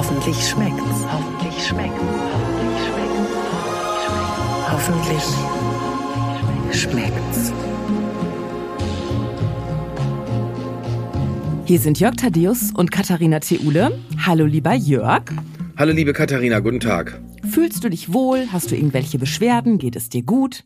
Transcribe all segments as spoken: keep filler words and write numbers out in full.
Hoffentlich schmeckt's. Hoffentlich schmeckt's. Hoffentlich schmeckt's. Hoffentlich schmeckt's. Hier sind Jörg Thaddeus und Katharina Theule. Hallo lieber Jörg. Hallo liebe Katharina, guten Tag. Fühlst du dich wohl? Hast du irgendwelche Beschwerden? Geht es dir gut?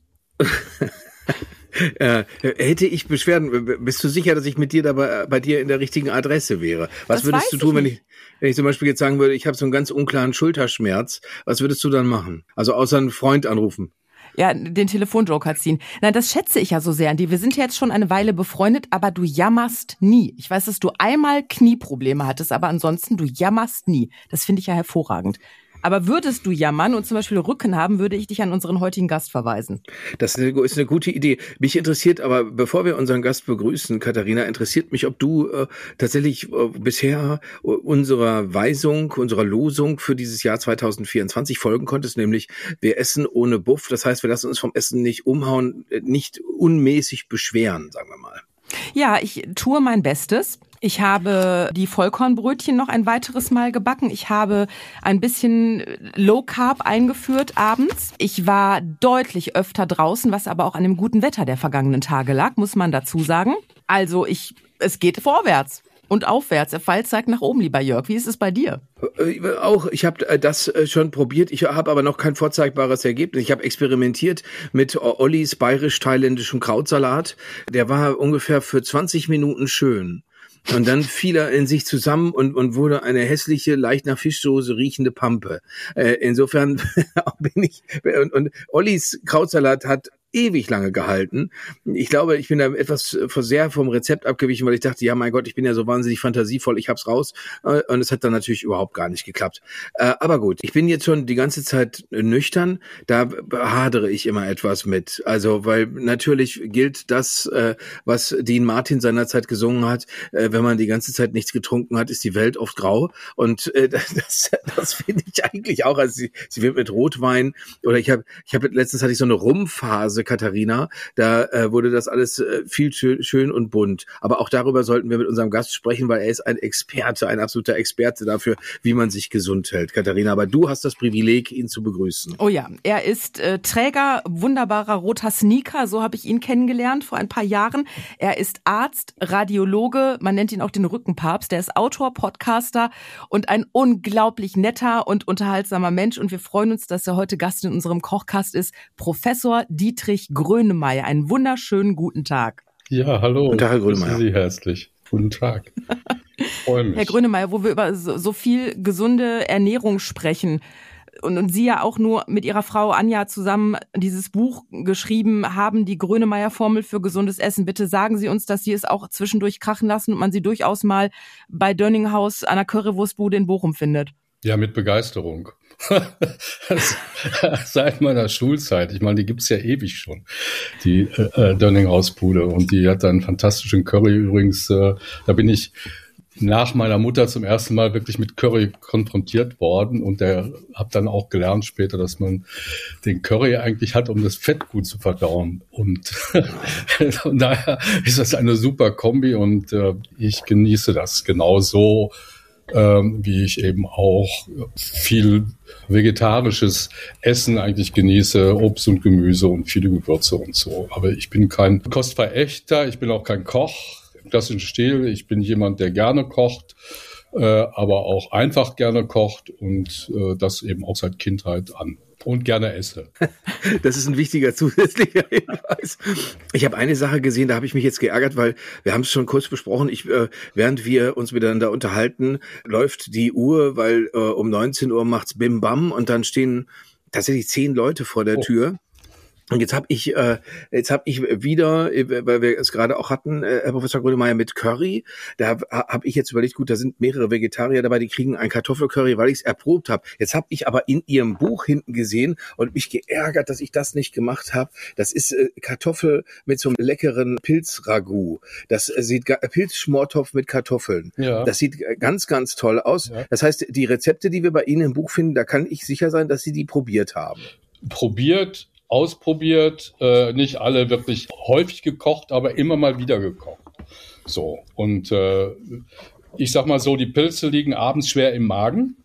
Äh, hätte ich Beschwerden, bist du sicher, dass ich mit dir dabei bei dir in der richtigen Adresse wäre? Was Das würdest weiß du tun, ich wenn nicht. ich, wenn ich zum Beispiel jetzt sagen würde, ich habe so einen ganz unklaren Schulterschmerz? Was würdest du dann machen? Also außer einen Freund anrufen. Ja, den Telefonjoker ziehen. Nein, das schätze ich ja so sehr an dir. Wir sind ja jetzt schon eine Weile befreundet, aber du jammerst nie. Ich weiß, dass du einmal Knieprobleme hattest, aber ansonsten, du jammerst nie. Das finde ich ja hervorragend. Aber würdest du jammern und zum Beispiel Rücken haben, würde ich dich an unseren heutigen Gast verweisen. Das ist eine gute Idee. Mich interessiert aber, bevor wir unseren Gast begrüßen, Katharina, interessiert mich, ob du äh, tatsächlich äh, bisher äh, unserer Weisung, unserer Losung für dieses Jahr zwanzig vierundzwanzig folgen konntest, nämlich wir essen ohne Buff. Das heißt, wir lassen uns vom Essen nicht umhauen, äh, nicht unmäßig beschweren, sagen wir mal. Ja, ich tue mein Bestes. Ich habe die Vollkornbrötchen noch ein weiteres Mal gebacken. Ich habe ein bisschen Low Carb eingeführt abends. Ich war deutlich öfter draußen, was aber auch an dem guten Wetter der vergangenen Tage lag, muss man dazu sagen. Also ich, es geht vorwärts und aufwärts. Der Pfeil zeigt nach oben, lieber Jörg. Wie ist es bei dir? Auch, ich habe das schon probiert, ich habe aber noch kein vorzeigbares Ergebnis. Ich habe experimentiert mit Ollis bayerisch-thailändischem Krautsalat. Der war ungefähr für zwanzig Minuten schön. Und dann fiel er in sich zusammen und, und wurde eine hässliche, leicht nach Fischsoße riechende Pampe. Äh, insofern bin ich, und, und Ollis Krautsalat hat ewig lange gehalten. Ich glaube, ich bin da etwas sehr vom Rezept abgewichen, weil ich dachte, ja mein Gott, ich bin ja so wahnsinnig fantasievoll, ich hab's raus. Und es hat dann natürlich überhaupt gar nicht geklappt. Aber gut, ich bin jetzt schon die ganze Zeit nüchtern, da hadere ich immer etwas mit. Also, weil natürlich gilt das, was Dean Martin seinerzeit gesungen hat, wenn man die ganze Zeit nichts getrunken hat, ist die Welt oft grau. Und das, das finde ich eigentlich auch. Also sie, sie wird mit Rotwein, oder ich habe, ich habe letztens hatte ich so eine Rumphase, Katharina, da äh, wurde das alles äh, viel schön, schön und bunt. Aber auch darüber sollten wir mit unserem Gast sprechen, weil er ist ein Experte, ein absoluter Experte dafür, wie man sich gesund hält. Katharina, aber du hast das Privileg, ihn zu begrüßen. Oh ja, er ist äh, Träger wunderbarer roter Sneaker, so habe ich ihn kennengelernt vor ein paar Jahren. Er ist Arzt, Radiologe, man nennt ihn auch den Rückenpapst. Der ist Autor, Podcaster und ein unglaublich netter und unterhaltsamer Mensch. Und wir freuen uns, dass er heute Gast in unserem Kochcast ist, Professor Dietrich Grönemeyer. Einen wunderschönen guten Tag. Ja, hallo. Guten Tag, Herr Grönemeyer. Ich grüße Sie herzlich. Guten Tag. Ich freue mich. Herr Grönemeyer, wo wir über so, so viel gesunde Ernährung sprechen und, und Sie ja auch nur mit Ihrer Frau Anja zusammen dieses Buch geschrieben haben, die Grönemeyer-Formel für gesundes Essen. Bitte sagen Sie uns, dass Sie es auch zwischendurch krachen lassen und man Sie durchaus mal bei Dönninghaus an der Currywurstbude in Bochum findet. Ja, mit Begeisterung. Seit meiner Schulzeit. Ich meine, die gibt's ja ewig schon, die äh, Dönninghausbude. Und die hat einen fantastischen Curry übrigens. Äh, da bin ich nach meiner Mutter zum ersten Mal wirklich mit Curry konfrontiert worden. Und der habe dann auch gelernt später, dass man den Curry eigentlich hat, um das Fett gut zu verdauen. Und von daher ist das eine super Kombi und äh, ich genieße das genauso. Ähm, wie ich eben auch viel vegetarisches Essen eigentlich genieße, Obst und Gemüse und viele Gewürze und so. Aber ich bin kein Kostverächter, ich bin auch kein Koch im klassischen Stil. Ich bin jemand, der gerne kocht, äh, aber auch einfach gerne kocht und äh, das eben auch seit Kindheit an. Und gerne esse. Das ist ein wichtiger zusätzlicher Hinweis. Ich habe eine Sache gesehen, da habe ich mich jetzt geärgert, weil wir haben es schon kurz besprochen. Ich, äh, während wir uns miteinander unterhalten, läuft die Uhr, weil äh, um neunzehn Uhr macht's Bim Bam und dann stehen tatsächlich zehn Leute vor der Oh. Tür. Und jetzt habe ich, äh, jetzt habe ich wieder, weil wir es gerade auch hatten, äh, Herr Professor Grönemeyer, mit Curry. Da habe hab ich jetzt überlegt, gut, da sind mehrere Vegetarier dabei, die kriegen ein Kartoffelcurry, weil ich es erprobt habe. Jetzt habe ich aber in Ihrem Buch hinten gesehen und mich geärgert, dass ich das nicht gemacht habe. Das ist äh, Kartoffel mit so einem leckeren Pilzragout. Das äh, sieht ga- Pilzschmortopf mit Kartoffeln. Ja. Das sieht äh, ganz, ganz toll aus. Ja. Das heißt, die Rezepte, die wir bei Ihnen im Buch finden, da kann ich sicher sein, dass Sie die probiert haben. Probiert, ausprobiert, äh, nicht alle wirklich häufig gekocht, aber immer mal wieder gekocht. So, und äh, ich sag mal so, die Pilze liegen abends schwer im Magen.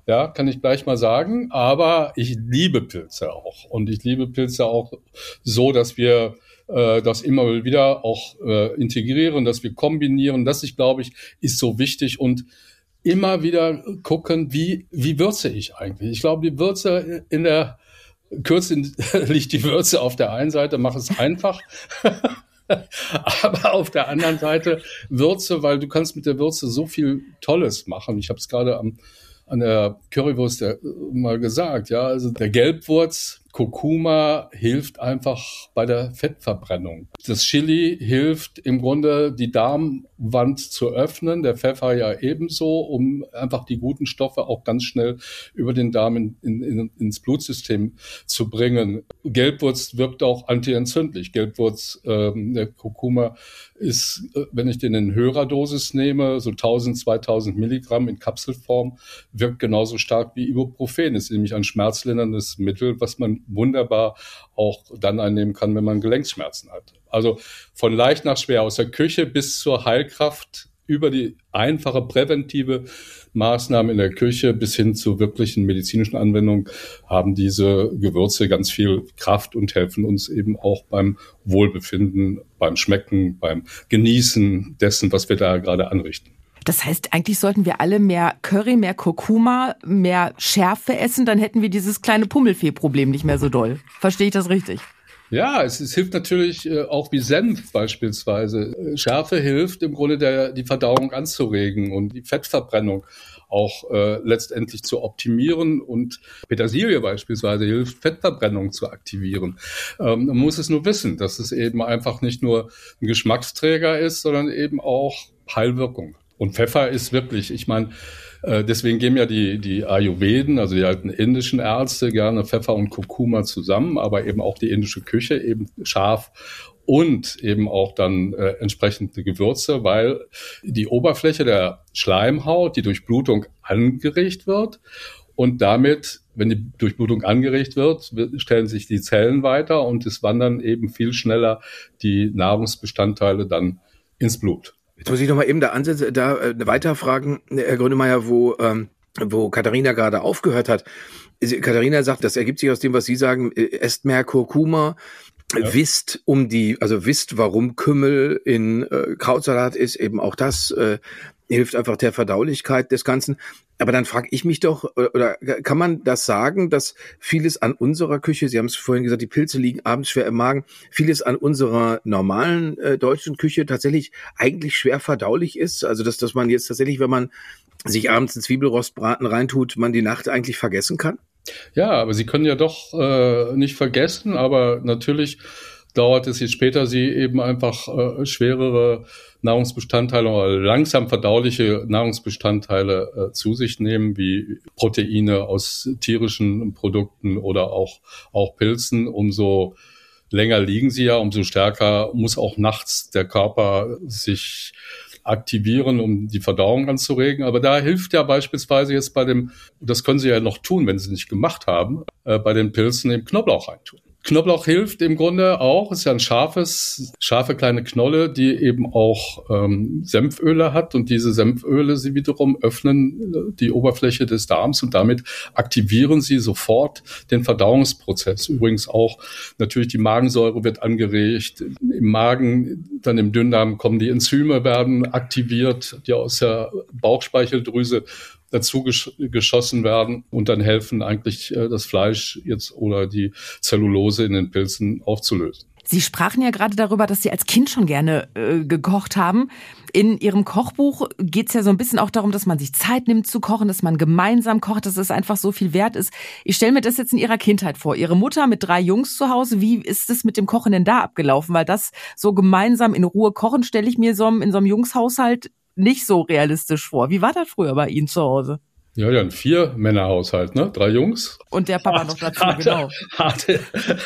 Ja, kann ich gleich mal sagen. Aber ich liebe Pilze auch. Und ich liebe Pilze auch so, dass wir äh, das immer wieder auch äh, integrieren, dass wir kombinieren. Das, ich glaube ich, ist so wichtig. Und immer wieder gucken, wie, wie würze ich eigentlich? Ich glaube, die Würze in der Kürze liegt die Würze auf der einen Seite, mach es einfach. Aber auf der anderen Seite Würze, weil du kannst mit der Würze so viel Tolles machen. Ich habe es gerade am, an der Currywurst ja mal gesagt. Ja, also der Gelbwurz, Kurkuma hilft einfach bei der Fettverbrennung. Das Chili hilft im Grunde, die Darmwand zu öffnen. Der Pfeffer ja ebenso, um einfach die guten Stoffe auch ganz schnell über den Darm in, in, ins Blutsystem zu bringen. Gelbwurz wirkt auch antientzündlich. Gelbwurz, ähm, der Kurkuma ist, wenn ich den in höherer Dosis nehme, so tausend, zweitausend Milligramm in Kapselform, wirkt genauso stark wie Ibuprofen. Ist nämlich ein schmerzlinderndes Mittel, was man wunderbar auch dann einnehmen kann, wenn man Gelenkschmerzen hat. Also von leicht nach schwer aus der Küche bis zur Heilkraft über die einfache präventive Maßnahmen in der Küche bis hin zu wirklichen medizinischen Anwendungen haben diese Gewürze ganz viel Kraft und helfen uns eben auch beim Wohlbefinden, beim Schmecken, beim Genießen dessen, was wir da gerade anrichten. Das heißt, eigentlich sollten wir alle mehr Curry, mehr Kurkuma, mehr Schärfe essen, dann hätten wir dieses kleine Pummelfee-Problem nicht mehr so doll. Verstehe ich das richtig? Ja, es, es hilft natürlich äh, auch wie Senf beispielsweise. Schärfe hilft im Grunde der, die Verdauung anzuregen und die Fettverbrennung auch äh, letztendlich zu optimieren, und Petersilie beispielsweise hilft, Fettverbrennung zu aktivieren. Ähm, man muss es nur wissen, dass es eben einfach nicht nur ein Geschmacksträger ist, sondern eben auch Heilwirkung. Und Pfeffer ist wirklich, ich meine, äh, deswegen geben ja die, die Ayurveden, also die alten indischen Ärzte, gerne Pfeffer und Kurkuma zusammen, aber eben auch die indische Küche, eben scharf und eben auch dann äh, entsprechende Gewürze, weil die Oberfläche der Schleimhaut, die Durchblutung angeregt wird, und damit, wenn die Durchblutung angeregt wird, stellen sich die Zellen weiter und es wandern eben viel schneller die Nahrungsbestandteile dann ins Blut. Jetzt muss ich noch mal eben da ansetzen, da äh, weiterfragen, Herr Grönemeyer, wo ähm, wo Katharina gerade aufgehört hat. Katharina sagt, das ergibt sich aus dem, was Sie sagen, äh, esst mehr Kurkuma, ja. wisst um die, also wisst, warum Kümmel in äh, Krautsalat ist, eben auch das äh, hilft einfach der Verdaulichkeit des Ganzen. Aber dann frage ich mich doch, oder kann man das sagen, dass vieles an unserer Küche, Sie haben es vorhin gesagt, die Pilze liegen abends schwer im Magen, vieles an unserer normalen äh, deutschen Küche tatsächlich eigentlich schwer verdaulich ist? Also dass, dass man jetzt tatsächlich, wenn man sich abends einen Zwiebelrostbraten reintut, man die Nacht eigentlich vergessen kann? Ja, aber Sie können ja doch äh, nicht vergessen, aber natürlich dauert es, je später Sie eben einfach äh, schwerere Nahrungsbestandteile oder langsam verdauliche Nahrungsbestandteile äh, zu sich nehmen, wie Proteine aus tierischen Produkten oder auch, auch Pilzen, umso länger liegen sie ja, umso stärker muss auch nachts der Körper sich aktivieren, um die Verdauung anzuregen. Aber da hilft ja beispielsweise jetzt bei dem, das können Sie ja noch tun, wenn Sie es nicht gemacht haben, äh, bei den Pilzen eben Knoblauch reintun. Knoblauch hilft im Grunde auch, ist ja ein scharfes, scharfe kleine Knolle, die eben auch ähm, Senföle hat, und diese Senföle, sie wiederum öffnen die Oberfläche des Darms und damit aktivieren sie sofort den Verdauungsprozess. Übrigens auch natürlich die Magensäure wird angeregt, im Magen, dann im Dünndarm kommen die Enzyme, werden aktiviert, die aus der Bauchspeicheldrüse dazu gesch- geschossen werden und dann helfen eigentlich äh, das Fleisch jetzt oder die Zellulose in den Pilzen aufzulösen. Sie sprachen ja gerade darüber, dass Sie als Kind schon gerne äh, gekocht haben. In Ihrem Kochbuch geht es ja so ein bisschen auch darum, dass man sich Zeit nimmt zu kochen, dass man gemeinsam kocht, dass es einfach so viel wert ist. Ich stelle mir das jetzt in Ihrer Kindheit vor. Ihre Mutter mit drei Jungs zu Hause, wie ist es mit dem Kochen denn da abgelaufen? Weil das so gemeinsam in Ruhe kochen, stelle ich mir so in so einem Jungshaushalt nicht so realistisch vor. Wie war das früher bei Ihnen zu Hause? Ja, ja, ein Vier-Männer-Haushalt, ne? Drei Jungs. Und der Papa noch dazu, harte, genau. Harte,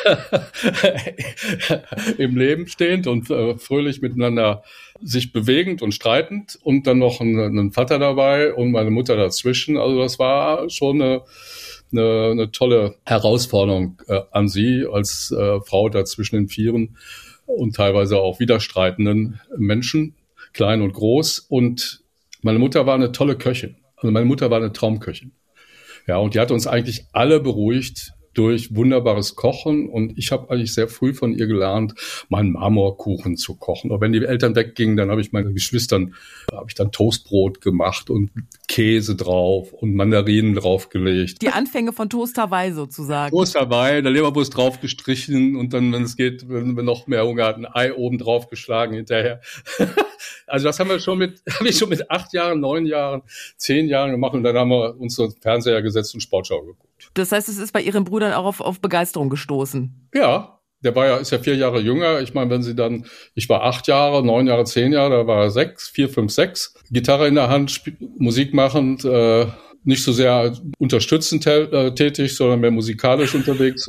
im Leben stehend und äh, fröhlich miteinander sich bewegend und streitend, und dann noch ein, ein Vater dabei und meine Mutter dazwischen. Also das war schon eine, eine, eine tolle Herausforderung äh, an Sie als äh, Frau da zwischen den Vieren und teilweise auch widerstreitenden Menschen, klein und groß. Und meine Mutter war eine tolle Köchin. Also meine Mutter war eine Traumköchin. Ja, und die hat uns eigentlich alle beruhigt durch wunderbares Kochen. Und ich habe eigentlich sehr früh von ihr gelernt, meinen Marmorkuchen zu kochen. Auch wenn die Eltern weggingen, dann habe ich meinen Geschwistern, habe ich dann Toastbrot gemacht und Käse drauf und Mandarinen draufgelegt. Die Anfänge von Toast Hawaii sozusagen. Toast Hawaii, der Leberwurst drauf gestrichen und dann, wenn es geht, wenn wir noch mehr Hunger hatten, Ei oben drauf geschlagen hinterher. Also das haben wir schon mit, habe ich schon mit acht Jahren, neun Jahren, zehn Jahren gemacht und dann haben wir uns so Fernseher gesetzt und Sportschau geguckt. Das heißt, es ist bei Ihren Brüdern auch auf, auf Begeisterung gestoßen? Ja, der war ja, ist ja vier Jahre jünger. Ich meine, wenn sie dann, ich war acht Jahre, neun Jahre, zehn Jahre, da war er sechs, vier, fünf, sechs. Gitarre in der Hand, Sp- Musik machend, äh, nicht so sehr unterstützend äh, tätig, sondern mehr musikalisch unterwegs.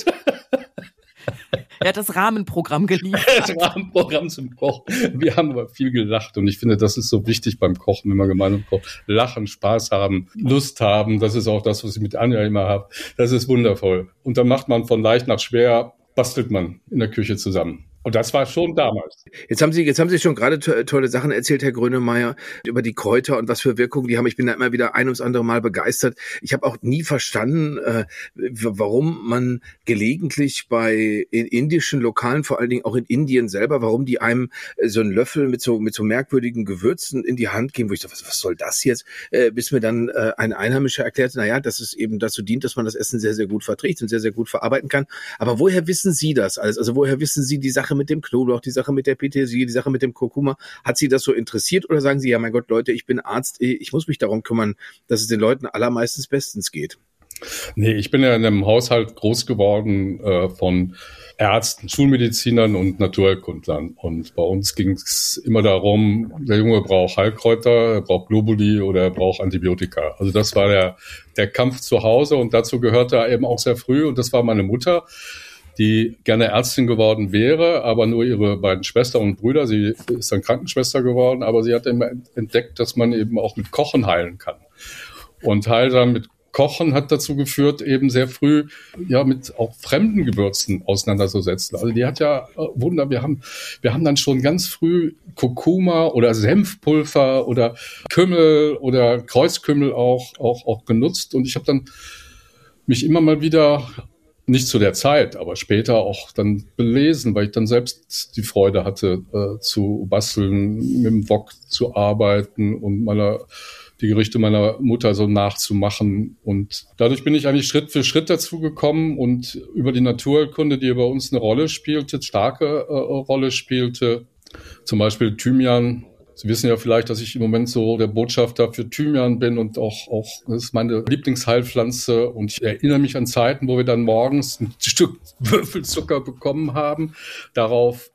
Er hat das Rahmenprogramm geliefert. Das Rahmenprogramm zum Kochen. Wir haben aber viel gelacht und ich finde, das ist so wichtig beim Kochen, wenn man gemeinsam kocht. Lachen, Spaß haben, Lust haben, das ist auch das, was ich mit Anja immer habe. Das ist wundervoll. Und dann macht man von leicht nach schwer, bastelt man in der Küche zusammen. Und das war schon damals. Jetzt haben Sie, jetzt haben Sie schon gerade to- tolle Sachen erzählt, Herr Grönemeyer, über die Kräuter und was für Wirkungen die haben. Ich bin da immer wieder ein ums andere Mal begeistert. Ich habe auch nie verstanden, äh, warum man gelegentlich bei in indischen Lokalen, vor allen Dingen auch in Indien selber, warum die einem äh, so einen Löffel mit so mit so merkwürdigen Gewürzen in die Hand geben, wo ich dachte, was, was soll das jetzt? Äh, bis mir dann äh, ein Einheimischer erklärte, naja, dass es eben dazu dient, dass man das Essen sehr, sehr gut verträgt und sehr, sehr gut verarbeiten kann. Aber woher wissen Sie das alles? Also woher wissen Sie die Sache mit dem Knoblauch, die Sache mit der Petersilie, die Sache mit dem Kurkuma? Hat Sie das so interessiert oder sagen Sie, ja mein Gott, Leute, ich bin Arzt, ich muss mich darum kümmern, dass es den Leuten allermeistens bestens geht? Nee, ich bin ja in einem Haushalt groß geworden äh, von Ärzten, Schulmedizinern und Naturheilkundlern. Und bei uns ging es immer darum, der Junge braucht Heilkräuter, er braucht Globuli oder er braucht Antibiotika. Also das war der, der Kampf zu Hause und dazu gehörte er eben auch sehr früh und das war meine Mutter, die gerne Ärztin geworden wäre, aber nur ihre beiden Schwestern und Brüder. Sie ist dann Krankenschwester geworden, aber sie hat immer entdeckt, dass man eben auch mit Kochen heilen kann. Und heilsam mit Kochen hat dazu geführt, eben sehr früh ja mit auch fremden Gewürzen auseinanderzusetzen. Also die hat ja äh, Wunder, wir haben wir haben dann schon ganz früh Kurkuma oder Senfpulver oder Kümmel oder Kreuzkümmel auch auch auch genutzt und ich habe dann mich immer mal wieder nicht zu der Zeit, aber später auch dann belesen, weil ich dann selbst die Freude hatte, äh, zu basteln, mit dem Wok zu arbeiten und meiner die Gerichte meiner Mutter so nachzumachen. Und dadurch bin ich eigentlich Schritt für Schritt dazu gekommen und über die Naturheilkunde, die bei uns eine Rolle spielte, starke äh, Rolle spielte, zum Beispiel Thymian. Sie wissen ja vielleicht, dass ich im Moment so der Botschafter für Thymian bin und auch, auch das ist meine Lieblingsheilpflanze. Und ich erinnere mich an Zeiten, wo wir dann morgens ein Stück Würfelzucker bekommen haben, darauf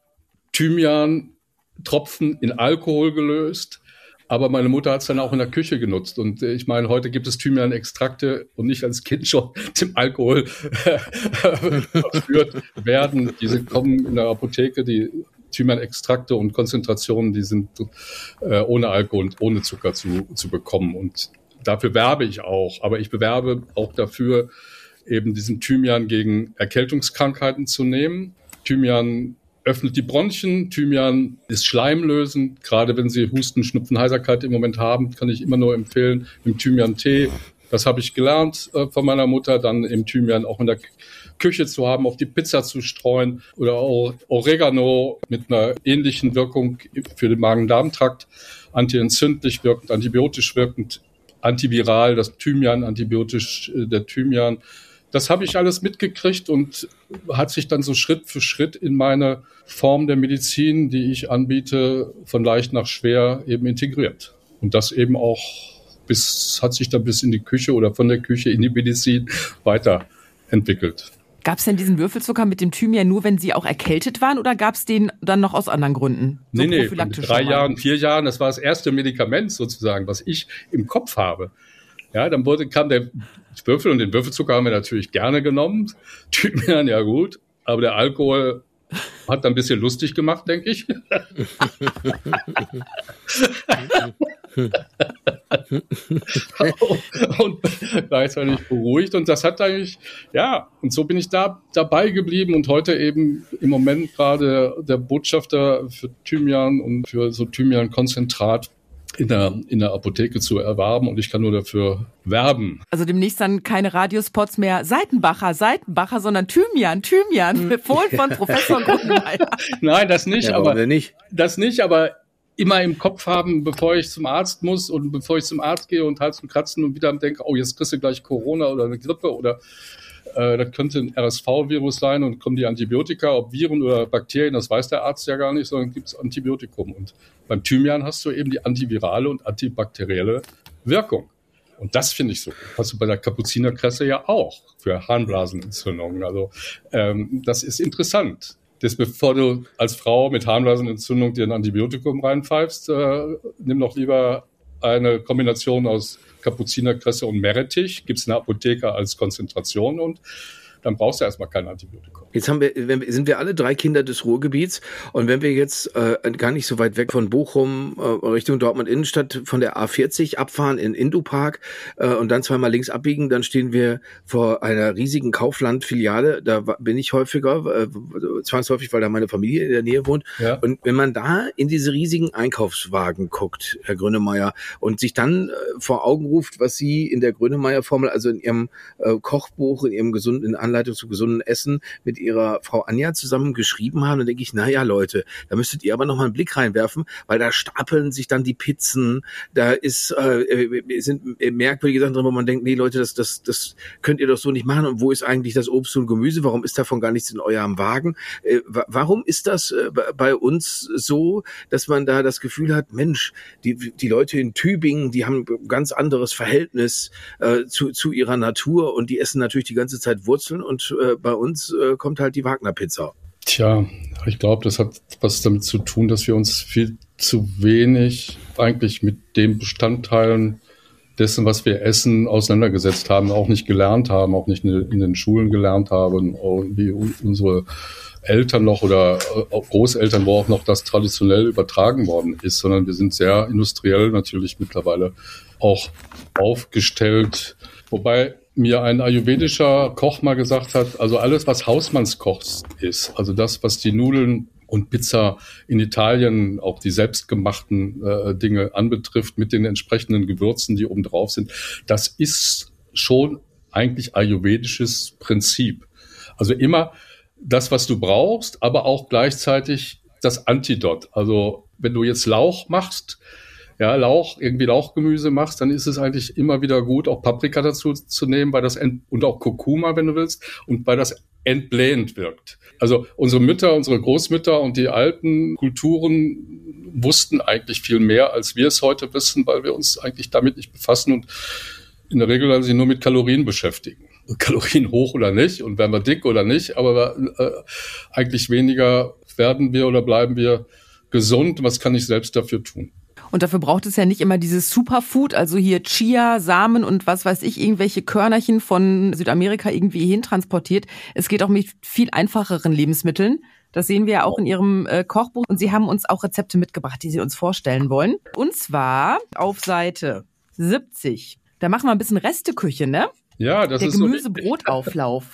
Thymian-Tropfen in Alkohol gelöst. Aber meine Mutter hat es dann auch in der Küche genutzt. Und ich meine, heute gibt es Thymian-Extrakte und nicht als Kind schon dem Alkohol verführt werden. Diese kommen in der Apotheke, die Thymian-Extrakte und Konzentrationen, die sind äh, ohne Alkohol und ohne Zucker zu, zu bekommen. Und dafür werbe ich auch. Aber ich bewerbe auch dafür, eben diesen Thymian gegen Erkältungskrankheiten zu nehmen. Thymian öffnet die Bronchien, Thymian ist schleimlösend. Gerade wenn Sie Husten, Schnupfen, Heiserkeit im Moment haben, kann ich immer nur empfehlen, im Thymian-Tee. Das habe ich gelernt äh, von meiner Mutter, dann im Thymian auch in der Küche zu haben, auf die Pizza zu streuen oder auch Oregano mit einer ähnlichen Wirkung für den Magen-Darm-Trakt, antientzündlich wirkend, antibiotisch wirkend, antiviral, das Thymian, antibiotisch äh, der Thymian. Das habe ich alles mitgekriegt und hat sich dann so Schritt für Schritt in meine Form der Medizin, die ich anbiete, von leicht nach schwer eben integriert. Und das eben auch bis, hat sich dann bis in die Küche oder von der Küche in die Medizin weiterentwickelt. Gab es denn diesen Würfelzucker mit dem Thymian nur, wenn Sie auch erkältet waren oder gab es den dann noch aus anderen Gründen? So nee, nee, von drei Jahren, vier Jahren, das war das erste Medikament sozusagen, was ich im Kopf habe. Ja, dann wurde, kam der Würfel und den Würfelzucker haben wir natürlich gerne genommen. Thymian, ja gut, aber der Alkohol hat dann ein bisschen lustig gemacht, denke ich. Und gleichzeitig beruhigt. Und das hat eigentlich, ja, und so bin ich da dabei geblieben und heute eben im Moment gerade der Botschafter für Thymian und für so Thymian-Konzentrat in der, in der Apotheke zu erwerben und ich kann nur dafür werben. Also demnächst dann keine Radiospots mehr Seitenbacher, Seitenbacher, sondern Thymian, Thymian, empfohlen von Professor Grünemeyer. Nein, das nicht, Ja, aber warum denn nicht? das nicht, aber immer im Kopf haben, bevor ich zum Arzt muss und bevor ich zum Arzt gehe und Hals und Kratzen und wieder denke, oh, jetzt kriegst du gleich Corona oder eine Grippe oder äh, das könnte ein R S V-Virus sein und kommen die Antibiotika, ob Viren oder Bakterien, das weiß der Arzt ja gar nicht, sondern gibt es Antibiotikum. Und beim Thymian hast du eben die antivirale und antibakterielle Wirkung. Und das finde ich so. Hast du bei der Kapuzinerkresse ja auch für Harnblasenentzündungen. Also ähm, das ist interessant. Das, bevor du als Frau mit Harnblasenentzündung dir ein Antibiotikum reinpfeifst, äh, nimm doch lieber eine Kombination aus Kapuzinerkresse und Meerrettich, gibt's in der Apotheke als Konzentration und dann brauchst du erstmal kein Antibiotikum. Jetzt haben wir, wenn wir, sind wir alle drei Kinder des Ruhrgebiets und wenn wir jetzt äh, gar nicht so weit weg von Bochum äh, Richtung Dortmund Innenstadt von der A vierzig abfahren in Indupark äh, und dann zweimal links abbiegen, dann stehen wir vor einer riesigen Kaufland-Filiale. Da bin ich häufiger, äh, zwangsläufig, weil da meine Familie in der Nähe wohnt. Ja. Und wenn man da in diese riesigen Einkaufswagen guckt, Herr Grönemeyer, und sich dann äh, vor Augen ruft, was Sie in der Grönemeyer-Formel, also in Ihrem äh, Kochbuch, in Ihrem gesunden, in Anleitung zu gesunden Essen mit Ihrer Frau Anja zusammen geschrieben haben, dann denke ich, naja Leute, da müsstet ihr aber noch mal einen Blick reinwerfen, weil da stapeln sich dann die Pizzen, da ist äh, sind merkwürdige Sachen drin, wo man denkt, nee Leute, das das das könnt ihr doch so nicht machen. Und wo ist eigentlich das Obst und Gemüse? Warum ist davon gar nichts in eurem Wagen? Äh, warum ist das äh, bei uns so, dass man da das Gefühl hat, Mensch, die die Leute in Tübingen, die haben ein ganz anderes Verhältnis äh, zu zu ihrer Natur und die essen natürlich die ganze Zeit Wurzeln und äh, bei uns äh, kommt halt die Wagner-Pizza. Tja, ich glaube, das hat was damit zu tun, dass wir uns viel zu wenig eigentlich mit den Bestandteilen dessen, was wir essen, auseinandergesetzt haben, auch nicht gelernt haben, auch nicht in den Schulen gelernt haben, wie unsere Eltern noch oder Großeltern, wo auch noch das traditionell übertragen worden ist, sondern wir sind sehr industriell natürlich mittlerweile auch aufgestellt. Wobei mir ein ayurvedischer Koch mal gesagt hat, also alles, was Hausmannskost ist, also das, was die Nudeln und Pizza in Italien, auch die selbstgemachten äh, Dinge anbetrifft, mit den entsprechenden Gewürzen, die oben drauf sind, das ist schon eigentlich ayurvedisches Prinzip. Also immer das, was du brauchst, aber auch gleichzeitig das Antidot. Also wenn du jetzt Lauch machst, ja, Lauch, irgendwie Lauchgemüse machst, dann ist es eigentlich immer wieder gut, auch Paprika dazu zu nehmen, weil das ent- und auch Kurkuma, wenn du willst, und weil das entblähend wirkt. Also unsere Mütter, unsere Großmütter und die alten Kulturen wussten eigentlich viel mehr, als wir es heute wissen, weil wir uns eigentlich damit nicht befassen und in der Regel sich nur mit Kalorien beschäftigen. Kalorien hoch oder nicht und werden wir dick oder nicht, aber äh, eigentlich weniger werden wir oder bleiben wir gesund. Was kann ich selbst dafür tun? Und dafür braucht es ja nicht immer dieses Superfood, also hier Chia, Samen und was weiß ich, irgendwelche Körnerchen von Südamerika irgendwie hin transportiert. Es geht auch mit viel einfacheren Lebensmitteln. Das sehen wir ja auch in Ihrem äh, Kochbuch. Und Sie haben uns auch Rezepte mitgebracht, die Sie uns vorstellen wollen. Und zwar auf Seite siebzig. Da machen wir ein bisschen Resteküche, ne? Ja, das Der ist Gemüsebrotauflauf.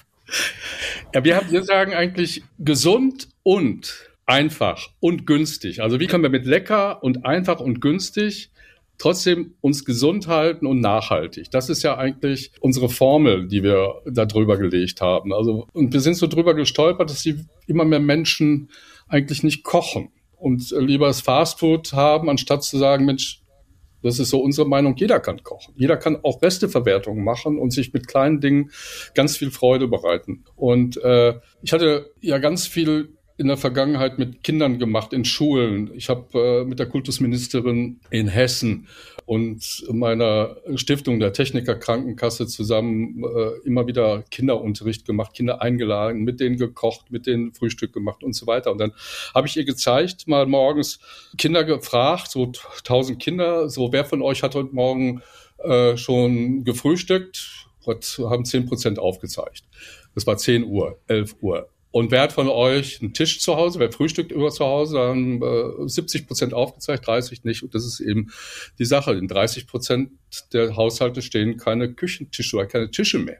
Ja, wir, haben, wir sagen eigentlich gesund und einfach und günstig. Also wie können wir mit lecker und einfach und günstig trotzdem uns gesund halten und nachhaltig? Das ist ja eigentlich unsere Formel, die wir da drüber gelegt haben. Also, und wir sind so drüber gestolpert, dass die immer mehr Menschen eigentlich nicht kochen und lieber das Fastfood haben, anstatt zu sagen, Mensch, das ist so unsere Meinung, jeder kann kochen. Jeder kann auch Resteverwertung machen und sich mit kleinen Dingen ganz viel Freude bereiten. Und äh, ich hatte ja ganz viel in der Vergangenheit mit Kindern gemacht in Schulen. Ich habe äh, mit der Kultusministerin in Hessen und meiner Stiftung der Techniker Krankenkasse zusammen äh, immer wieder Kinderunterricht gemacht, Kinder eingeladen, mit denen gekocht, mit denen Frühstück gemacht und so weiter. Und dann habe ich ihr gezeigt, mal morgens Kinder gefragt, so tausend Kinder, so wer von euch hat heute Morgen äh, schon gefrühstückt? Und haben zehn Prozent aufgezeigt. Das war zehn Uhr, elf Uhr. Und wer hat von euch einen Tisch zu Hause? Wer frühstückt über zu Hause? Dann äh, siebzig Prozent aufgezeigt, dreißig nicht. Und das ist eben die Sache. In dreißig Prozent der Haushalte stehen keine Küchentische oder keine Tische mehr.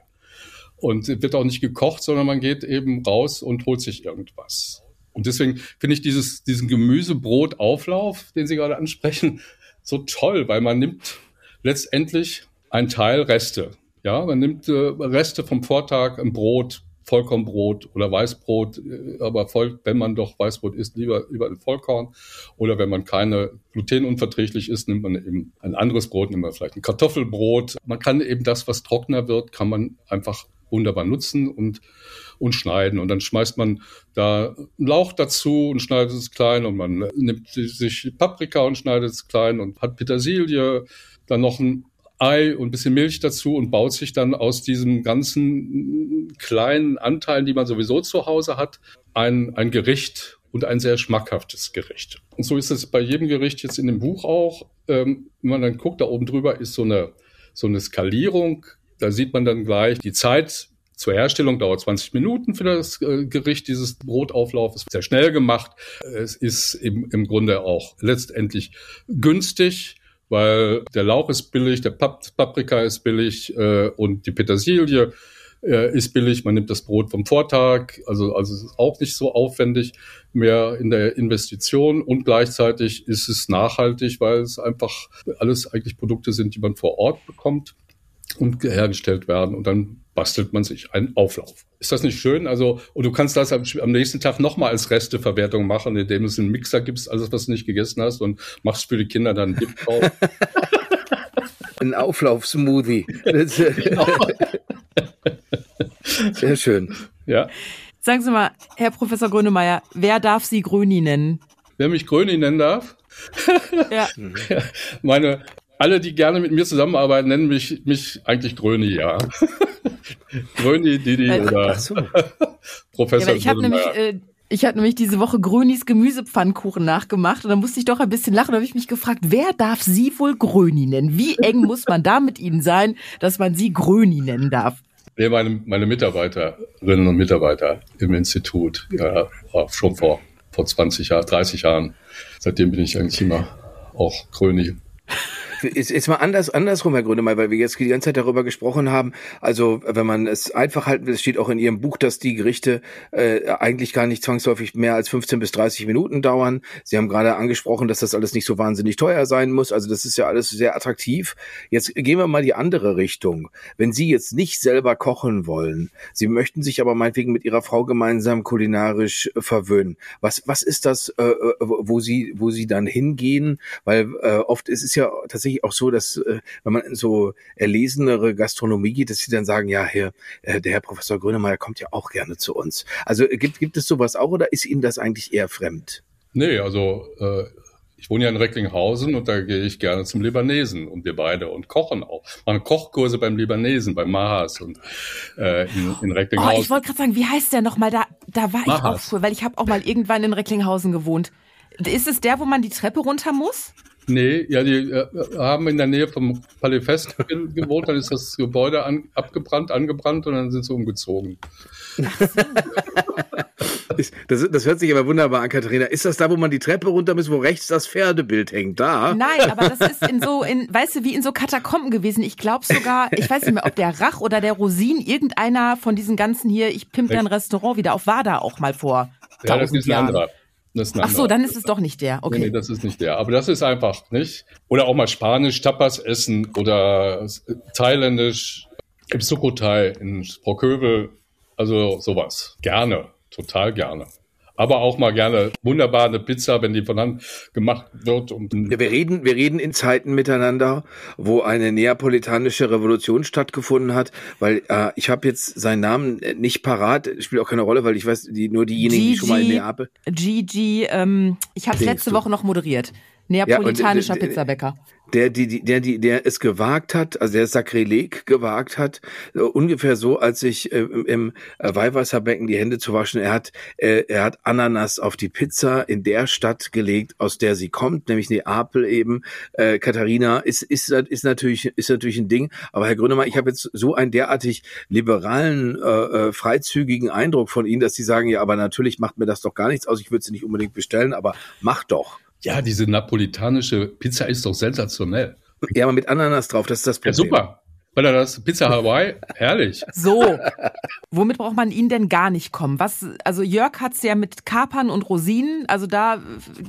Und wird auch nicht gekocht, sondern man geht eben raus und holt sich irgendwas. Und deswegen finde ich dieses, diesen Gemüsebrotauflauf, den Sie gerade ansprechen, so toll, weil man nimmt letztendlich einen Teil Reste. Ja, man nimmt äh, Reste vom Vortag, ein Brot, Vollkornbrot oder Weißbrot, aber voll, wenn man doch Weißbrot isst, lieber über ein Vollkorn. Oder wenn man keine glutenunverträglich ist, nimmt man eben ein anderes Brot, nimmt man vielleicht ein Kartoffelbrot. Man kann eben das, was trockener wird, kann man einfach wunderbar nutzen und, und schneiden. Und dann schmeißt man da einen Lauch dazu und schneidet es klein und man nimmt sich Paprika und schneidet es klein und hat Petersilie, dann noch ein Ei und ein bisschen Milch dazu und baut sich dann aus diesen ganzen kleinen Anteilen, die man sowieso zu Hause hat, ein, ein Gericht und ein sehr schmackhaftes Gericht. Und so ist es bei jedem Gericht jetzt in dem Buch auch. Ähm, wenn man dann guckt, da oben drüber ist so eine, so eine Skalierung. Da sieht man dann gleich, die Zeit zur Herstellung dauert zwanzig Minuten für das äh, Gericht. Dieses Brotauflauf ist sehr schnell gemacht. Es ist im, im Grunde auch letztendlich günstig, weil der Lauch ist billig, der Pap- Paprika ist billig äh, und die Petersilie äh, ist billig. Man nimmt das Brot vom Vortag, also also es ist auch nicht so aufwendig mehr in der Investition und gleichzeitig ist es nachhaltig, weil es einfach alles eigentlich Produkte sind, die man vor Ort bekommt und hergestellt werden und dann bastelt man sich einen Auflauf. Ist das nicht schön? Also, und du kannst das am, am nächsten Tag nochmal als Resteverwertung machen, indem du es in einen Mixer gibst, alles, was du nicht gegessen hast und machst für die Kinder dann einen Dip drauf. Ein Auflauf-Smoothie. Genau. Sehr schön. Ja. Sagen Sie mal, Herr Professor Grönemeyer, wer darf Sie Gröni nennen? Wer mich Gröni nennen darf? Ja. Ja. Meine, alle, die gerne mit mir zusammenarbeiten, nennen mich, mich eigentlich Gröni, ja. Gröni, Didi äh, oder so. Professor ja, ich habe nämlich, äh, ich habe nämlich diese Woche Grönis Gemüsepfannkuchen nachgemacht und da musste ich doch ein bisschen lachen. Da habe ich mich gefragt, wer darf Sie wohl Gröni nennen? Wie eng muss man da mit Ihnen sein, dass man Sie Gröni nennen darf? Nee, meine, meine Mitarbeiterinnen und Mitarbeiter im Institut, ja, auch schon vor, vor zwanzig Jahren, dreißig Jahren. Seitdem bin ich eigentlich immer auch Gröni. Ist, ist mal anders, andersrum, Herr Grönemeyer, weil wir jetzt die ganze Zeit darüber gesprochen haben. Also, wenn man es einfach halten will, es steht auch in Ihrem Buch, dass die Gerichte äh, eigentlich gar nicht zwangsläufig mehr als fünfzehn bis dreißig Minuten dauern. Sie haben gerade angesprochen, dass das alles nicht so wahnsinnig teuer sein muss. Also, das ist ja alles sehr attraktiv. Jetzt gehen wir mal die andere Richtung. Wenn Sie jetzt nicht selber kochen wollen, Sie möchten sich aber meinetwegen mit Ihrer Frau gemeinsam kulinarisch äh, verwöhnen. Was, was ist das, äh, wo Sie, wo Sie dann hingehen? Weil äh, oft ist es ja tatsächlich auch so, dass äh, wenn man in so erlesenere Gastronomie geht, dass sie dann sagen, ja, Herr, äh, der Herr Professor Grönemeyer kommt ja auch gerne zu uns. Also äh, gibt, gibt es sowas auch oder ist Ihnen das eigentlich eher fremd? Nee, also äh, ich wohne ja in Recklinghausen und da gehe ich gerne zum Libanesen und wir beide und kochen auch. Machen Kochkurse beim Libanesen, beim Mahas und äh, in, in Recklinghausen. Oh, ich wollte gerade sagen, wie heißt der nochmal? Da, da war Mahas. Ich auch früher, weil ich habe auch mal irgendwann in Recklinghausen gewohnt. Ist es der, wo man die Treppe runter muss? Nee, ja, die äh, haben in der Nähe vom Palais Fest gewohnt, dann ist das Gebäude an, abgebrannt, angebrannt und dann sind sie umgezogen. Das, das hört sich aber wunderbar an, Katharina. Ist das da, wo man die Treppe runter muss, wo rechts das Pferdebild hängt? Da? Nein, aber das ist in so, in, weißt du, wie in so Katakomben gewesen. Ich glaube sogar, ich weiß nicht mehr, ob der Rach oder der Rosin, irgendeiner von diesen ganzen hier, ich pimp dein Restaurant wieder auf, war da auch mal vor Ja, das ist ein Jahren. anderer. Das ist ein Ach so, anderer. dann ist es doch nicht der. Okay. Nee, nee, das ist nicht der. Aber das ist einfach nicht. Oder auch mal Spanisch, Tapas essen oder Thailändisch im Sukhothai in Sprockhövel. Also sowas. Gerne. Total gerne. Aber auch mal gerne wunderbar eine Pizza, wenn die von Hand gemacht wird. Und wir reden, wir reden in Zeiten miteinander, wo eine neapolitanische Revolution stattgefunden hat, weil äh, ich habe jetzt seinen Namen nicht parat, spielt auch keine Rolle, weil ich weiß, die, nur diejenigen, Gigi, die schon mal in Neapel. Gigi, ähm, ich habe es letzte du? Woche noch moderiert. Neapolitanischer Ja, und, äh, Pizzabäcker. Der, die, der, die, der es gewagt hat, also der Sakrileg gewagt hat, äh, ungefähr so, als sich äh, im, im äh, Weihwasserbecken die Hände zu waschen. Er hat, äh, er hat Ananas auf die Pizza in der Stadt gelegt, aus der sie kommt, nämlich Neapel eben. Äh, Katharina ist, ist, ist natürlich, ist natürlich ein Ding. Aber Herr Grönemeyer, ich habe jetzt so einen derartig liberalen, äh, freizügigen Eindruck von Ihnen, dass Sie sagen, ja, aber natürlich macht mir das doch gar nichts aus. Ich würde sie nicht unbedingt bestellen, aber mach doch. ja, diese napolitanische Pizza ist doch sensationell. Ja, aber mit Ananas drauf, das ist das Ja, Problem. super. Weil er das Pizza Hawaii, herrlich. So, womit braucht man ihn denn gar nicht kommen? Was, also Jörg hat's ja mit Kapern und Rosinen, also da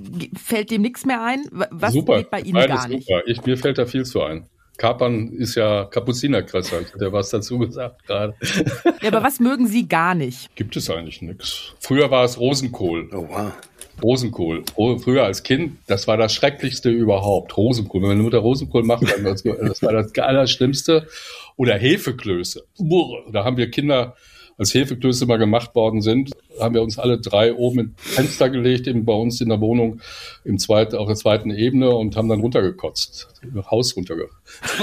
fällt dem nichts mehr ein. Was Super, geht bei Ihnen beides gar nicht? Super. Ich, mir fällt da viel zu ein. Kapern ist ja Kapuzinerkresse, ich hatte was dazu gesagt gerade. Ja, aber was mögen Sie gar nicht? Gibt es eigentlich nichts. Früher war es Rosenkohl. Oh, wow. Rosenkohl. Früher als Kind, das war das Schrecklichste überhaupt. Rosenkohl. Wenn meine Mutter Rosenkohl macht, dann das, das war das Allerschlimmste. Oder Hefeklöße. Da haben wir Kinder, als Hefeklöße mal gemacht worden sind, haben wir uns alle drei oben ins Fenster gelegt, eben bei uns in der Wohnung, im zweiten, auf der zweiten Ebene und haben dann runtergekotzt. Im Haus runtergekotzt.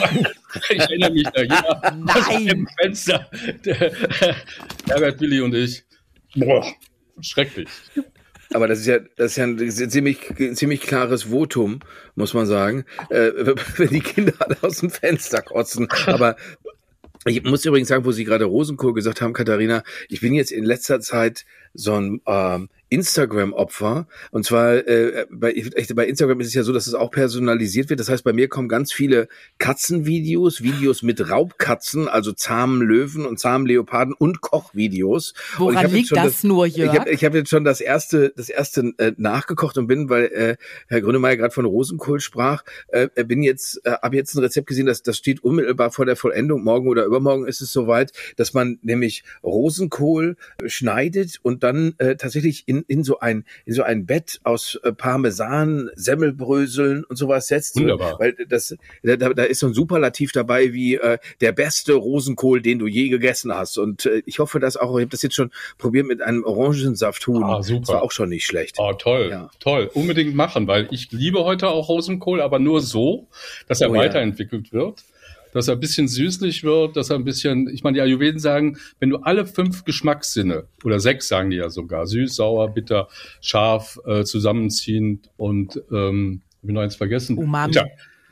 Ich erinnere mich da, ja, Nein. Im Fenster. Der, Herbert, Willi und ich. Boah, schrecklich. Aber das ist ja, das ist ja ein ziemlich, ziemlich klares Votum, muss man sagen, äh, wenn die Kinder alle aus dem Fenster kotzen. Aber ich muss übrigens sagen, wo Sie gerade Rosenkohl gesagt haben, Katharina, ich bin jetzt in letzter Zeit so ein ähm, Instagram-Opfer. Und zwar äh, bei, bei Instagram ist es ja so, dass es auch personalisiert wird. Das heißt, bei mir kommen ganz viele Katzenvideos, Videos mit Raubkatzen, also zahmen Löwen und zahmen Leoparden und Kochvideos. Woran und ich liegt das, das nur, Jörg? Ich habe ich hab jetzt schon das erste, das erste äh, nachgekocht und bin, weil äh, Herr Grönemeyer gerade von Rosenkohl sprach, äh, bin jetzt, äh, habe jetzt ein Rezept gesehen, das, das steht unmittelbar vor der Vollendung. Morgen oder übermorgen ist es soweit, dass man nämlich Rosenkohl schneidet und dann äh, tatsächlich in in so ein in so ein Bett aus äh, Parmesan, Semmelbröseln und sowas setzt. Wunderbar. Weil das da, da ist so ein Superlativ dabei wie äh, der beste Rosenkohl, den du je gegessen hast. Und äh, ich hoffe, dass auch, ich habe das jetzt schon probiert mit einem Orangensafthuhn. Ah, super. Das war auch schon nicht schlecht. Oh, toll, Ja. toll. Unbedingt machen, weil ich liebe heute auch Rosenkohl, aber nur so, dass er Oh, ja. weiterentwickelt wird. Dass er ein bisschen süßlich wird, dass er ein bisschen, ich meine, die Ayurveden sagen, wenn du alle fünf Geschmackssinne, oder sechs sagen die ja sogar, süß, sauer, bitter, scharf, äh, zusammenziehend und, ähm, hab ich noch eins vergessen? Umami. Tja,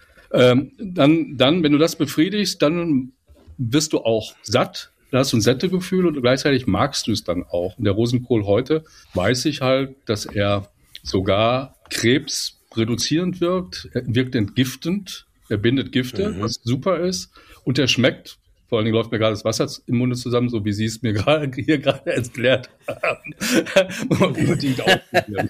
ähm, dann, dann, wenn du das befriedigst, dann wirst du auch satt, dann hast du ein Sättegefühl und gleichzeitig magst du es dann auch. Und der Rosenkohl heute weiß ich halt, dass er sogar Krebs reduzierend wirkt, er wirkt entgiftend. Er bindet Gifte, mhm. was super ist. Und er schmeckt, vor allen Dingen läuft mir gerade das Wasser im Munde zusammen, so wie Sie es mir gerade hier gerade erklärt haben. Unbedingt ausprobieren.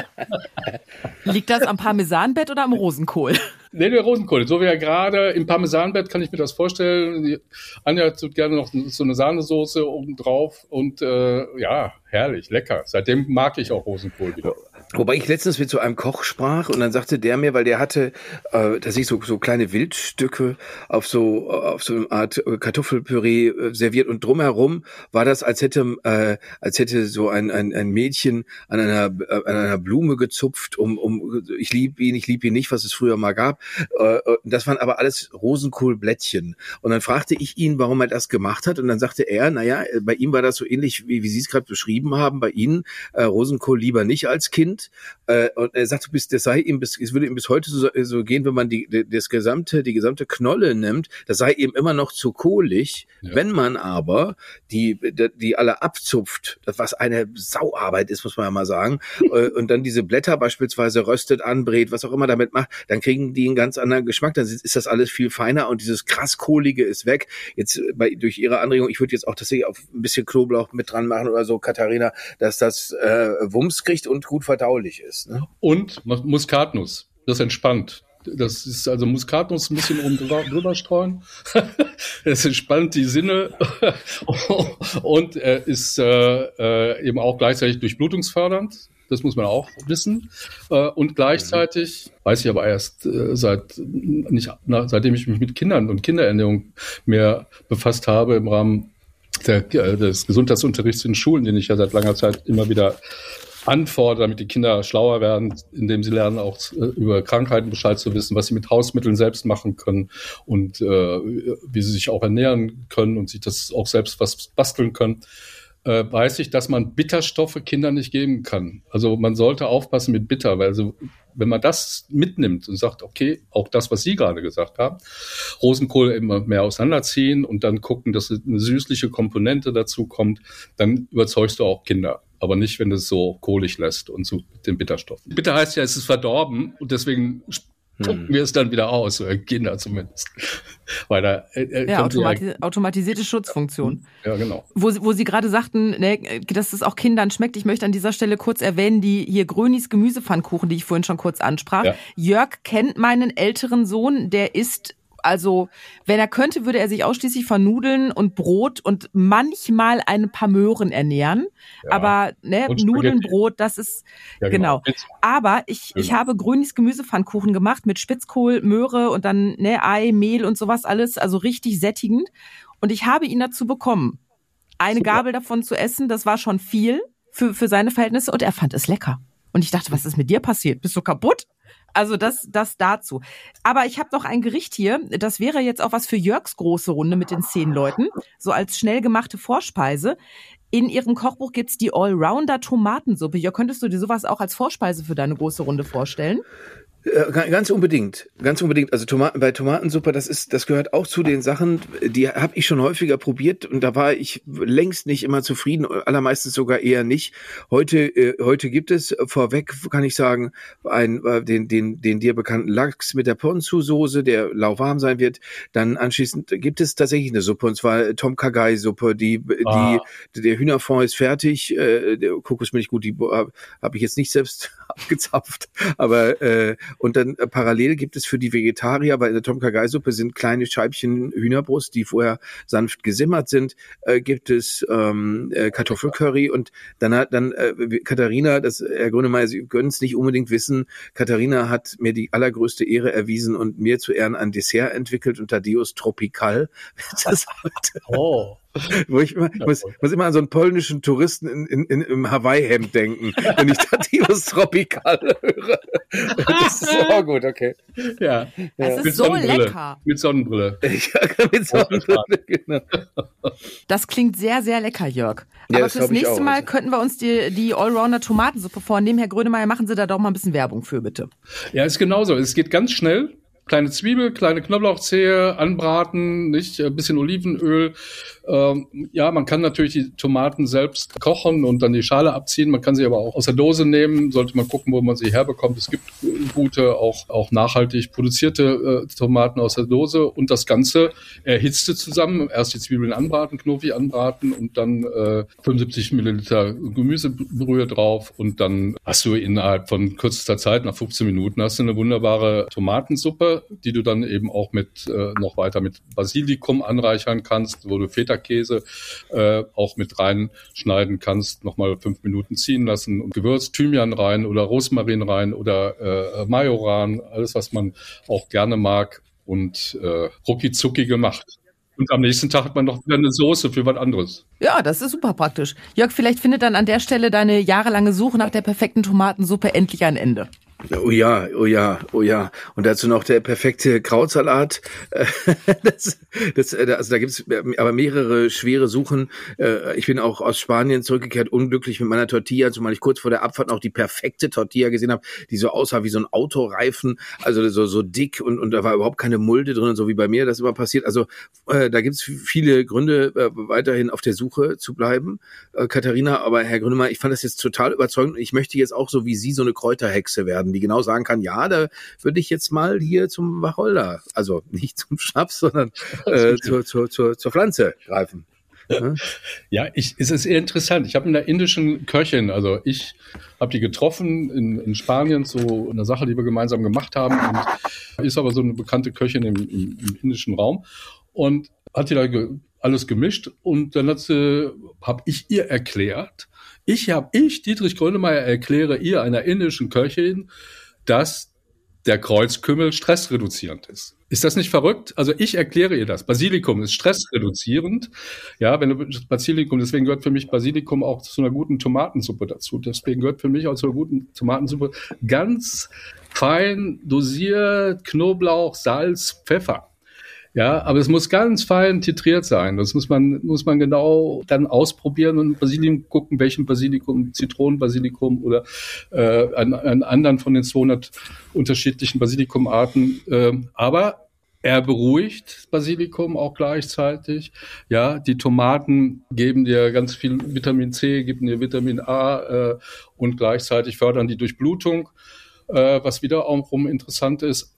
Liegt das am Parmesanbett oder am Rosenkohl? Nee, der Rosenkohl. So wie er gerade im Parmesanbett, kann ich mir das vorstellen. Die Anja tut gerne noch so eine Sahnesoße oben drauf. Und äh, ja, herrlich, lecker. Seitdem mag ich auch Rosenkohl wieder. Wobei ich letztens mit so einem Koch sprach und dann sagte der mir, weil der hatte äh, tatsächlich so, so kleine Wildstücke auf so auf so eine Art Kartoffelpüree äh, serviert und drumherum war das, als hätte äh, als hätte so ein ein, ein Mädchen an einer äh, an einer Blume gezupft, um um ich liebe ihn, ich liebe ihn nicht, was es früher mal gab. Äh, das waren aber alles Rosenkohlblättchen. Und dann fragte ich ihn, warum er das gemacht hat und dann sagte er, naja, bei ihm war das so ähnlich wie wie Sie es gerade beschrieben haben, bei Ihnen äh, Rosenkohl lieber nicht als Kind. Äh, und er sagt, bis, das sei ihm bis, es würde ihm bis heute so, so gehen, wenn man die, die, das gesamte, die gesamte Knolle nimmt, das sei ihm immer noch zu kohlig. Ja. Wenn man aber die, die, die alle abzupft, was eine Sauarbeit ist, muss man ja mal sagen, äh, und dann diese Blätter beispielsweise röstet, anbrät, was auch immer damit macht, dann kriegen die einen ganz anderen Geschmack, dann ist das alles viel feiner und dieses krass kohlige ist weg. Jetzt bei, durch Ihre Anregung, ich würde jetzt auch tatsächlich auf ein bisschen Knoblauch mit dran machen oder so, Katharina, dass das äh, Wumms kriegt und gut verdaulich ist. Ne? Und Muskatnuss, das entspannt. Das ist also Muskatnuss ein bisschen oben drüber, drüber streuen. Das entspannt die Sinne und er ist äh, eben auch gleichzeitig durchblutungsfördernd. Das muss man auch wissen. Und gleichzeitig, weiß ich aber erst seit nicht, na, seitdem ich mich mit Kindern und Kinderernährung mehr befasst habe im Rahmen der, des Gesundheitsunterrichts in Schulen, den ich ja seit langer Zeit immer wieder anfordere, damit die Kinder schlauer werden, indem sie lernen, auch über Krankheiten Bescheid zu wissen, was sie mit Hausmitteln selbst machen können und äh, wie sie sich auch ernähren können und sich das auch selbst was basteln können, äh, weiß ich, dass man Bitterstoffe Kindern nicht geben kann. Also man sollte aufpassen mit Bitter, weil also wenn man das mitnimmt und sagt, okay, auch das, was Sie gerade gesagt haben, Rosenkohl immer mehr auseinanderziehen und dann gucken, dass eine süßliche Komponente dazu kommt, dann überzeugst du auch Kinder. Aber nicht, wenn du es so kohlig lässt und so mit den Bitterstoffen. Bitter heißt ja, es ist verdorben und deswegen spucken hm. wir es dann wieder aus, oder Kinder zumindest. Weil da, äh, ja, automati- ja, automatisierte Schutzfunktion. Ja, genau. Wo, wo Sie gerade sagten, ne, dass es auch Kindern schmeckt. Ich möchte an dieser Stelle kurz erwähnen, die hier Grönis Gemüsepfannkuchen, die ich vorhin schon kurz ansprach. Ja. Jörg kennt meinen älteren Sohn, der isst, also wenn er könnte, würde er sich ausschließlich von Nudeln und Brot und manchmal ein paar Möhren ernähren. Ja. Aber ne, Nudeln, Brot, das ist, ja, genau. genau. Aber ich, ich habe Grönis Gemüsepfannkuchen gemacht mit Spitzkohl, Möhre und dann ne, Ei, Mehl und sowas alles, also richtig sättigend. Und ich habe ihn dazu bekommen, eine Super. Gabel davon zu essen. Das war schon viel für, für seine Verhältnisse und er fand es lecker. Und ich dachte, was ist mit dir passiert? Bist du kaputt? Also das, das dazu. Aber ich habe noch ein Gericht hier, das wäre jetzt auch was für Jörgs große Runde mit den zehn Leuten, so als schnell gemachte Vorspeise. In Ihrem Kochbuch gibt's die Allrounder-Tomatensuppe. Jörg, könntest du dir sowas auch als Vorspeise für deine große Runde vorstellen? Ganz unbedingt, ganz unbedingt. Also Tomaten, bei Tomatensuppe, das ist, das gehört auch zu den Sachen, die habe ich schon häufiger probiert und da war ich längst nicht immer zufrieden, allermeistens sogar eher nicht. Heute, äh, heute gibt es vorweg, kann ich sagen, ein, äh, den, den, den dir bekannten Lachs mit der Ponzu-Soße, der lauwarm sein wird. Dann anschließend gibt es tatsächlich eine Suppe und zwar Tom Kha Gai-Suppe. Die, ah. die, der Hühnerfond ist fertig, äh, der Kokosmilch, gut, die habe hab ich jetzt nicht selbst abgezapft, aber äh, und dann äh, parallel gibt es für die Vegetarier, weil in der Tom Kha Gai Suppe sind kleine Scheibchen Hühnerbrust, die vorher sanft gesimmert sind, äh, gibt es ähm, äh, Kartoffelcurry und dann hat dann äh, Katharina, das Herr Grönemeyer, Sie können es nicht unbedingt wissen, Katharina hat mir die allergrößte Ehre erwiesen und mir zu Ehren ein Dessert entwickelt und Thaddeus Tropical. Das heute. Oh. Wo ich immer, ich muss, muss immer an so einen polnischen Touristen in, in, in, im Hawaii-Hemd denken, wenn ich Thaddeus Tropical höre. Das ist auch gut, okay. Ja. Das ist mit so lecker. Mit Sonnenbrille. Ja, mit Sonnenbrille, genau. Das klingt sehr, sehr lecker, Jörg. Aber ja, fürs nächste Mal also. könnten wir uns die, die Allrounder-Tomatensuppe vornehmen. Herr Grönemeyer, machen Sie da doch mal ein bisschen Werbung für, bitte. Ja, ist genauso. Es geht ganz schnell. Kleine Zwiebel, kleine Knoblauchzehe, anbraten, nicht, ein bisschen Olivenöl. Ähm, ja, man kann natürlich die Tomaten selbst kochen und dann die Schale abziehen. Man kann sie aber auch aus der Dose nehmen. Sollte man gucken, wo man sie herbekommt. Es gibt gute, auch, auch nachhaltig produzierte äh, Tomaten aus der Dose. Und das Ganze erhitzte zusammen. Erst die Zwiebeln anbraten, knuffig anbraten und dann äh, fünfundsiebzig Milliliter Gemüsebrühe drauf. Und dann hast du innerhalb von kürzester Zeit, nach fünfzehn Minuten, hast du eine wunderbare Tomatensuppe, die du dann eben auch mit äh, noch weiter mit Basilikum anreichern kannst, wo du Feta-Käse äh, auch mit reinschneiden kannst, nochmal fünf Minuten ziehen lassen und Gewürz, Thymian rein oder Rosmarin rein oder äh, Majoran, alles, was man auch gerne mag und äh, rucki-zucki gemacht. Und am nächsten Tag hat man noch wieder eine Soße für was anderes. Ja, das ist super praktisch. Jörg, vielleicht findet dann an der Stelle deine jahrelange Suche nach der perfekten Tomatensuppe endlich ein Ende. Oh ja, oh ja, oh ja. Und dazu noch der perfekte Krautsalat. Das, das, also da gibt's aber mehrere schwere Suchen. Ich bin auch aus Spanien zurückgekehrt, unglücklich mit meiner Tortilla, zumal ich kurz vor der Abfahrt noch die perfekte Tortilla gesehen habe, die so aussah wie so ein Autoreifen, also so so dick und und da war überhaupt keine Mulde drin, so wie bei mir das immer passiert. Also äh, da gibt's viele Gründe, äh, weiterhin auf der Suche zu bleiben, äh, Katharina. Aber Herr Grönemeyer, ich fand das jetzt total überzeugend. Ich möchte jetzt auch so wie Sie so eine Kräuterhexe werden, die genau sagen kann, ja, da würde ich jetzt mal hier zum Wacholder, also nicht zum Schnaps, sondern äh, zur, zur, zur, zur Pflanze greifen. Ja, ja ich, es ist eher interessant. Ich habe mit einer indischen Köchin, also ich habe die getroffen in, in Spanien, so eine Sache, die wir gemeinsam gemacht haben, und ist aber so eine bekannte Köchin im, im, im indischen Raum und hat die da ge, alles gemischt und dann hat sie, habe ich ihr erklärt, ich habe, ich, Dietrich Grönemeyer, erkläre ihr, einer indischen Köchin, dass der Kreuzkümmel stressreduzierend ist. Ist das nicht verrückt? Also ich erkläre ihr das. Basilikum ist stressreduzierend. Ja, wenn du Basilikum, deswegen gehört für mich Basilikum auch zu einer guten Tomatensuppe dazu. Deswegen gehört für mich auch zu einer guten Tomatensuppe ganz fein dosiert Knoblauch, Salz, Pfeffer. Ja, aber es muss ganz fein titriert sein. Das muss man, muss man genau dann ausprobieren und Basilikum gucken, welchen Basilikum, Zitronenbasilikum oder äh, einen, einen anderen von den zweihundert unterschiedlichen Basilikumarten. Äh, aber er beruhigt Basilikum auch gleichzeitig. Ja, die Tomaten geben dir ganz viel Vitamin C, geben dir Vitamin A äh, und gleichzeitig fördern die Durchblutung, äh, was wieder auch rum interessant ist.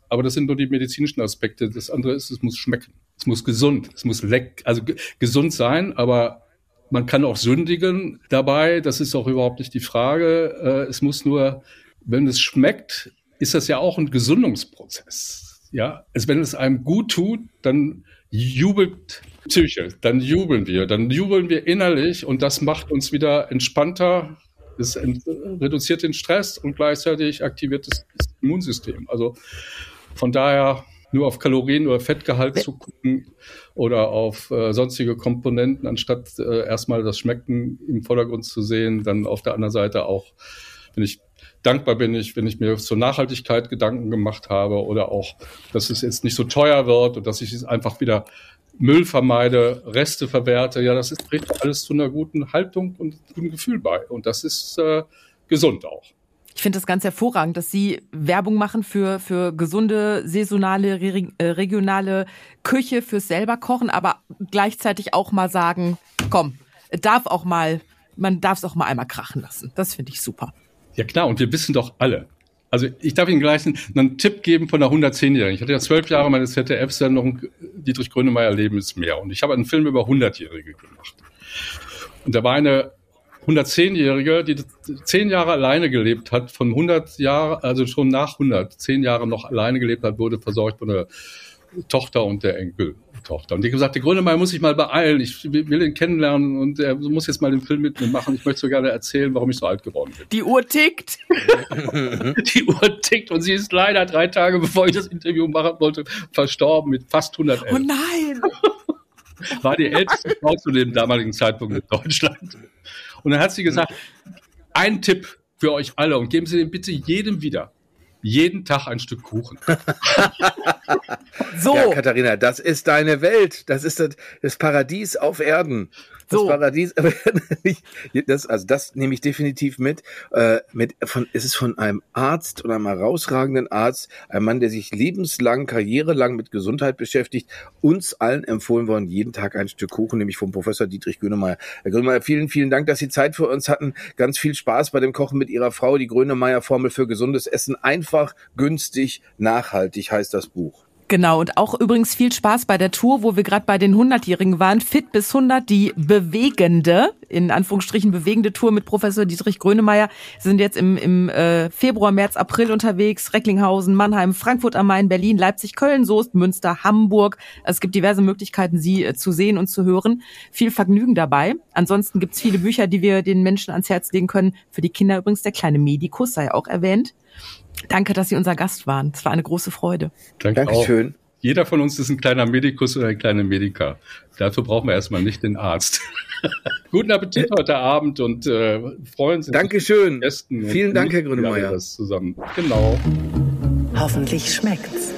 aber das sind nur die medizinischen Aspekte. Das andere ist, es muss schmecken. Es muss gesund, es muss leck, also g- gesund sein, aber man kann auch sündigen dabei. Das ist auch überhaupt nicht die Frage. Äh, es muss nur, wenn es schmeckt, ist das ja auch ein Gesundungsprozess. Ja, also wenn es einem gut tut, dann jubelt Psyche, dann jubeln wir, dann jubeln wir innerlich und das macht uns wieder entspannter. Es ent- reduziert den Stress und gleichzeitig aktiviert das, das Immunsystem. Also von daher nur auf Kalorien oder Fettgehalt zu gucken oder auf äh, sonstige Komponenten, anstatt äh, erstmal das Schmecken im Vordergrund zu sehen, dann auf der anderen Seite auch, wenn ich dankbar bin, ich, wenn ich mir zur Nachhaltigkeit Gedanken gemacht habe oder auch, dass es jetzt nicht so teuer wird und dass ich es einfach wieder Müll vermeide, Reste verwerte. Ja, das ist, trägt alles zu einer guten Haltung und guten Gefühl bei. Und das ist äh, gesund auch. Ich finde das ganz hervorragend, dass Sie Werbung machen für, für gesunde, saisonale, re, äh, regionale Küche, fürs selber Kochen, aber gleichzeitig auch mal sagen, komm, darf auch mal, man darf es auch mal einmal krachen lassen. Das finde ich super. Ja klar, und wir wissen doch alle. Also ich darf Ihnen gleich einen, einen Tipp geben von einer hundertzehnjährigen. Ich hatte ja zwölf Jahre meines Z D F-Sendung Dietrich Grönemeyer Leben ist mehr. Und ich habe einen Film über hundertjährige gemacht. Und da war eine hundertzehnjährige, die zehn Jahre alleine gelebt hat, von hundert Jahren, also schon nach hundert, zehn Jahre noch alleine gelebt hat, wurde versorgt von der Tochter und der Enkeltochter. Und die gesagt, der Grönemeyer muss sich mal beeilen, ich will ihn kennenlernen und er muss jetzt mal den Film mit mir machen. Ich möchte so gerne erzählen, warum ich so alt geworden bin. Die Uhr tickt. Die Uhr tickt und sie ist leider drei Tage, bevor ich das Interview machen wollte, verstorben mit fast hundertelf. Oh nein! War die älteste Frau zu dem damaligen Zeitpunkt in Deutschland. Und dann hat sie gesagt, ein Tipp für euch alle und geben Sie den bitte jedem wieder. Jeden Tag ein Stück Kuchen. So. Ja, Katharina, das ist deine Welt. Das ist das, das Paradies auf Erden. Das So. Paradies, das, also das nehme ich definitiv mit. Äh, mit von, es ist von einem Arzt oder einem herausragenden Arzt, ein Mann, der sich lebenslang, karrierelang mit Gesundheit beschäftigt, uns allen empfohlen worden, jeden Tag ein Stück Kuchen, nämlich vom Professor Dietrich Grönemeyer. Herr Grönemeyer, vielen, vielen Dank, dass Sie Zeit für uns hatten. Ganz viel Spaß bei dem Kochen mit Ihrer Frau. Die Grönemeyer-Formel für gesundes Essen. Einfach, günstig, nachhaltig heißt das Buch. Genau, und auch übrigens viel Spaß bei der Tour, wo wir gerade bei den hundertjährigen waren. Fit bis hundert, die bewegende, in Anführungsstrichen bewegende Tour mit Professor Dietrich Grönemeyer. Sie sind jetzt im, im äh, Februar, März, April unterwegs. Recklinghausen, Mannheim, Frankfurt am Main, Berlin, Leipzig, Köln, Soest, Münster, Hamburg. Es gibt diverse Möglichkeiten, Sie äh, zu sehen und zu hören. Viel Vergnügen dabei. Ansonsten gibt's viele Bücher, die wir den Menschen ans Herz legen können. Für die Kinder übrigens der kleine Medikus, sei auch erwähnt. Danke, dass Sie unser Gast waren. Es war eine große Freude. Danke Dankeschön. auch. Jeder von uns ist ein kleiner Medikus oder eine kleine Medika. Dazu brauchen wir erstmal nicht den Arzt. Guten Appetit heute Abend und äh, freuen Sie sich. Dankeschön. Gästen Vielen Dank, Herr Grönemeyer. Das zusammen. Genau. Hoffentlich schmeckt's.